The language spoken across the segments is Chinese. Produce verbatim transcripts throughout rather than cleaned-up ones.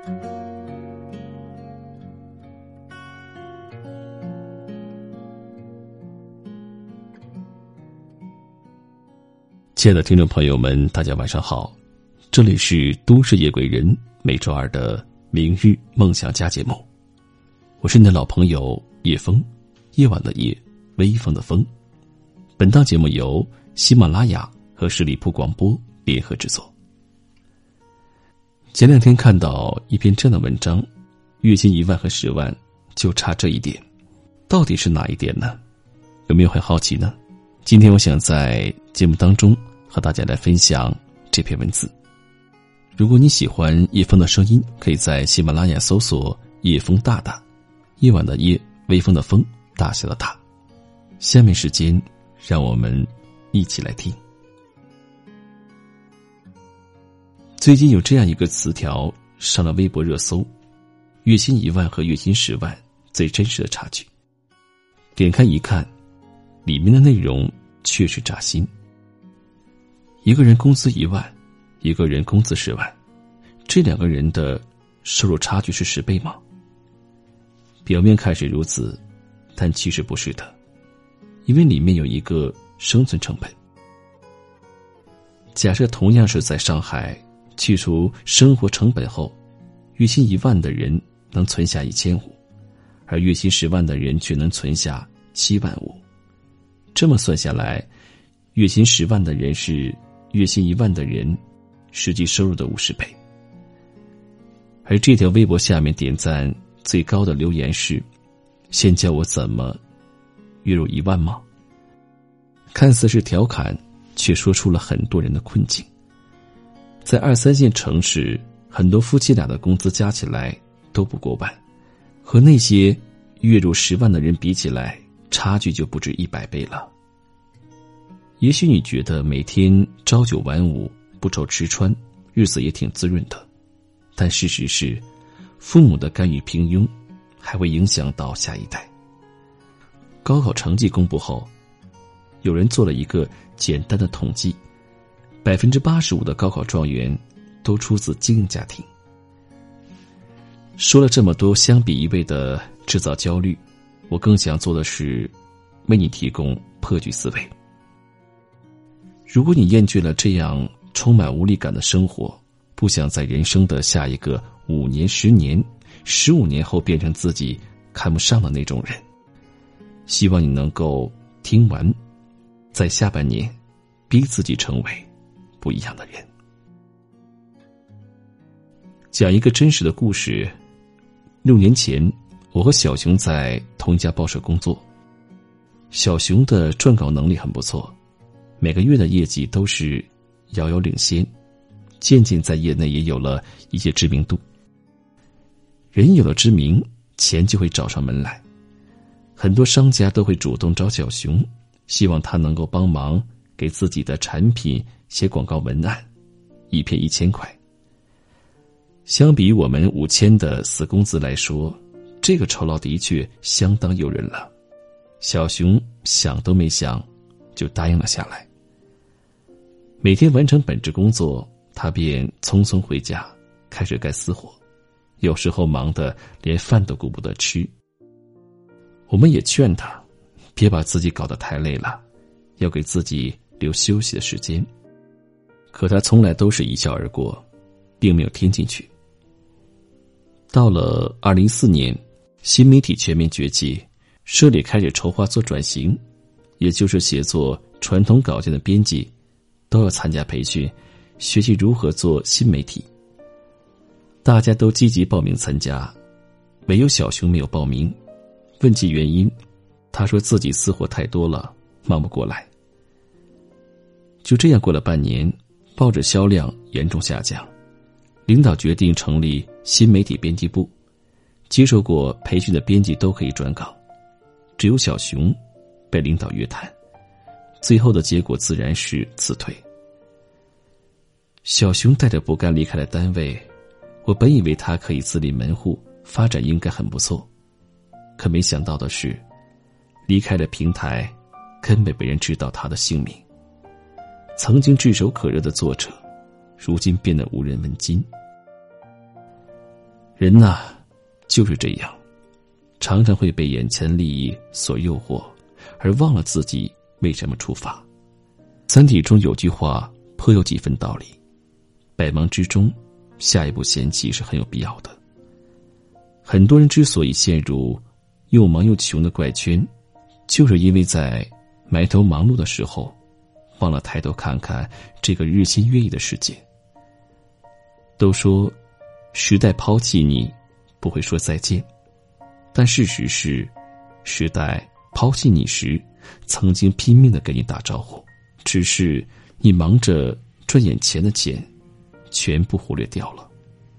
亲爱的听众朋友们，大家晚上好，这里是都市夜归人每周二的明日梦想家节目，我是你的老朋友叶枫，夜晚的夜，微风的风。本档节目由喜马拉雅和十里铺广播联合制作。前两天看到一篇这样的文章，月薪一万和十万就差这一点，到底是哪一点呢？有没有很好奇呢？今天我想在节目当中和大家来分享这篇文字。如果你喜欢叶枫的声音，可以在喜马拉雅搜索叶枫大大，夜晚的夜，微风的风，大小的大。下面时间让我们一起来听。最近有这样一个词条上了微博热搜，月薪一万和月薪十万最真实的差距。点开一看，里面的内容确实扎心。一个人工资一万，一个人工资十万，这两个人的收入差距是十倍吗？表面看是如此，但其实不是的，因为里面有一个生存成本。假设同样是在上海，去除生活成本后，月薪一万的人能存下一千五，而月薪十万的人却能存下七万五。这么算下来，月薪十万的人是月薪一万的人实际收入的五十倍。而这条微博下面点赞最高的留言是：先教我怎么月入一万吗？看似是调侃，却说出了很多人的困境。在二三线城市，很多夫妻俩的工资加起来都不过万，和那些月入十万的人比起来，差距就不止一百倍了。也许你觉得每天朝九晚五，不愁吃穿，日子也挺滋润的，但事实是，父母的干预平庸还会影响到下一代。高考成绩公布后，有人做了一个简单的统计， 百分之八十五 的高考状元都出自精英家庭。说了这么多相比一味的制造焦虑，我更想做的是为你提供破局思维。如果你厌倦了这样充满无力感的生活，不想在人生的下一个五年、十年、十五年后变成自己看不上的那种人，希望你能够听完，在下半年逼自己成为不一样的人。讲一个真实的故事。六年前，我和小熊在同一家报社工作。小熊的撰稿能力很不错，每个月的业绩都是遥遥领先，渐渐在业内也有了一些知名度。人有了知名，钱就会找上门来。很多商家都会主动找小熊，希望他能够帮忙给自己的产品写广告文案，一篇一千块。相比于我们五千的死工资来说，这个酬劳的确相当诱人了。小熊想都没想就答应了下来。每天完成本职工作，他便匆匆回家，开始干私活，有时候忙得连饭都顾不得吃。我们也劝他别把自己搞得太累了，要给自己留休息的时间，可他从来都是一笑而过，并没有听进去。到了二零一四年，新媒体全面崛起，社里开始筹划做转型，也就是写作传统稿件的编辑都要参加培训，学习如何做新媒体。大家都积极报名参加，唯有小熊没有报名。问其原因，他说自己私活太多了，忙不过来。就这样过了半年，报纸销量严重下降，领导决定成立新媒体编辑部，接受过培训的编辑都可以转岗，只有小熊被领导约谈，最后的结果自然是辞退。小熊带着不甘离开了单位，我本以为他可以自立门户，发展应该很不错，可没想到的是，离开了平台，根本没人知道他的姓名。曾经炙手可热的作者，如今变得无人问津。 人呐，就是这样，常常会被眼前利益所诱惑，而忘了自己为什么出发。三体中有句话颇有几分道理，百忙之中下一步嫌弃是很有必要的。很多人之所以陷入又忙又穷的怪圈，就是因为在埋头忙碌的时候，忘了抬头看看这个日新月异的世界。都说时代抛弃你不会说再见，但事实是时代抛弃你时曾经拼命地跟你打招呼，只是你忙着赚眼前的钱，全部忽略掉了。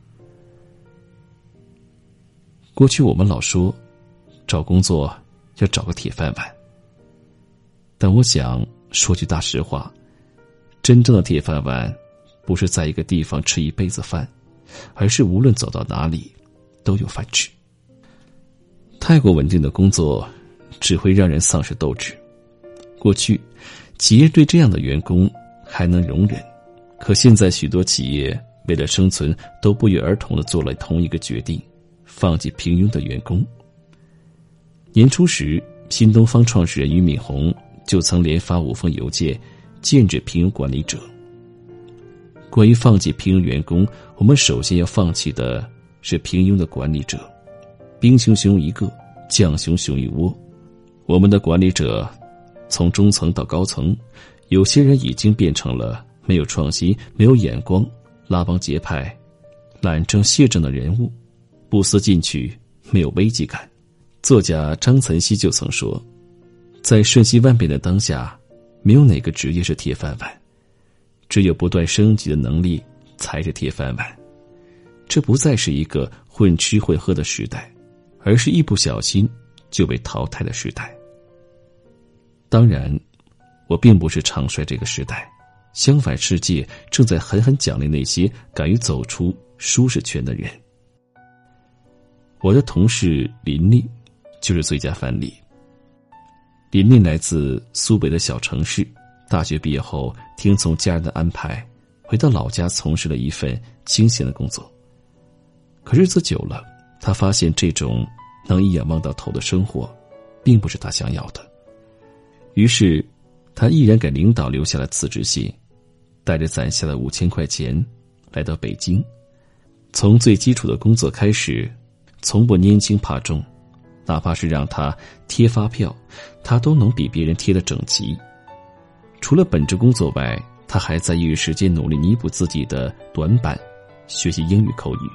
过去我们老说找工作要找个铁饭碗，但我想说句大实话，真正的铁饭碗不是在一个地方吃一辈子饭，而是无论走到哪里都有饭吃。太过稳定的工作只会让人丧失斗志。过去企业对这样的员工还能容忍，可现在许多企业为了生存都不约而同地做了同一个决定，放弃平庸的员工。年初时，新东方创始人俞敏洪就曾连发五封邮件禁止平庸管理者。关于放弃平庸员工，我们首先要放弃的是平庸的管理者。兵熊熊一个，将熊熊一窝。我们的管理者从中层到高层，有些人已经变成了没有创新、没有眼光、拉帮结派、懒政卸政的人物，不思进取，没有危机感。作家张岑曦就曾说，在瞬息万变的当下，没有哪个职业是铁饭碗，只有不断升级的能力才是铁饭碗。这不再是一个混吃混喝的时代，而是一不小心就被淘汰的时代。当然，我并不是唱衰这个时代，相反，世界正在狠狠奖励那些敢于走出舒适圈的人。我的同事林丽就是最佳范例。林丽来自苏北的小城市，大学毕业后听从家人的安排，回到老家从事了一份清闲的工作。可日子久了，他发现这种能一眼望到头的生活并不是他想要的。于是他毅然给领导留下了辞职信，带着攒下的五千块钱来到北京。从最基础的工作开始，从不拈轻怕重，哪怕是让他贴发票，他都能比别人贴得整齐。除了本职工作外，他还在业余时间努力弥补自己的短板，学习英语口语。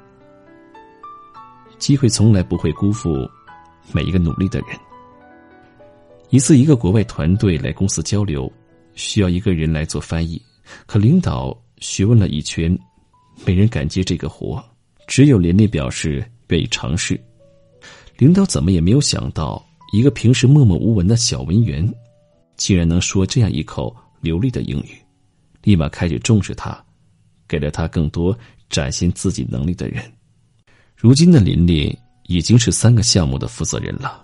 机会从来不会辜负每一个努力的人。一次，一个国外团队来公司交流，需要一个人来做翻译，可领导询问了一圈，没人敢接这个活，只有连丽表示愿意尝试。领导怎么也没有想到，一个平时默默无闻的小文员竟然能说这样一口流利的英语，立马开始重视他，给了他更多展现自己能力的人。如今的林丽已经是三个项目的负责人了。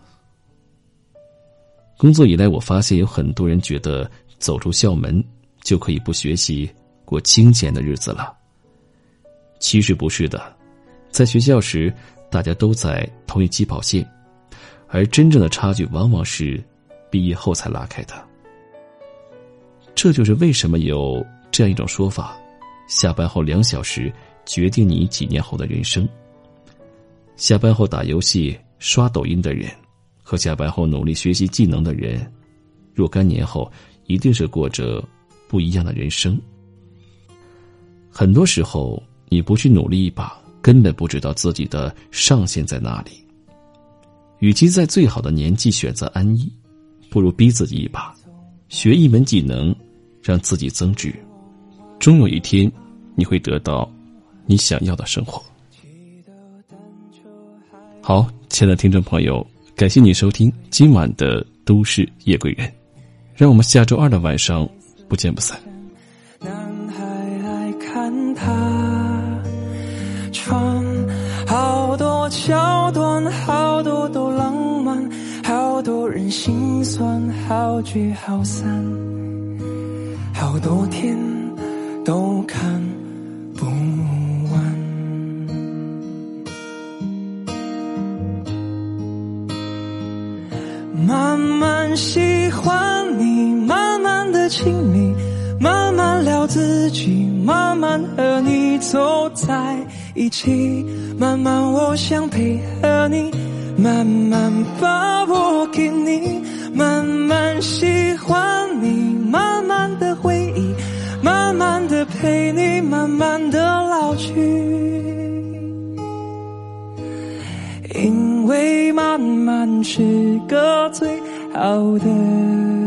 工作以来，我发现有很多人觉得走出校门就可以不学习，过清闲的日子了。其实不是的，在学校时大家都在同一起跑线，而真正的差距往往是毕业后才拉开的。这就是为什么有这样一种说法，下班后两小时决定你几年后的人生。下班后打游戏刷抖音的人和下班后努力学习技能的人，若干年后一定是过着不一样的人生。很多时候你不去努力一把，根本不知道自己的上限在哪里。与其在最好的年纪选择安逸，不如逼自己一把，学一门技能，让自己增值。终有一天你会得到你想要的生活。好，亲爱的听众朋友，感谢你收听今晚的都市夜归人，让我们下周二的晚上不见不散。 男孩爱看他穿好多桥段，好多都浪漫，好多人心酸，好聚好散，好多天都看不完。 慢喜欢你，慢慢的亲密，慢慢聊自己，慢慢和你走在一起，慢慢我想配合你，慢慢把我给你，慢慢喜欢你，慢慢的回忆，慢慢的陪你，慢慢的老去，因为慢慢是个最好的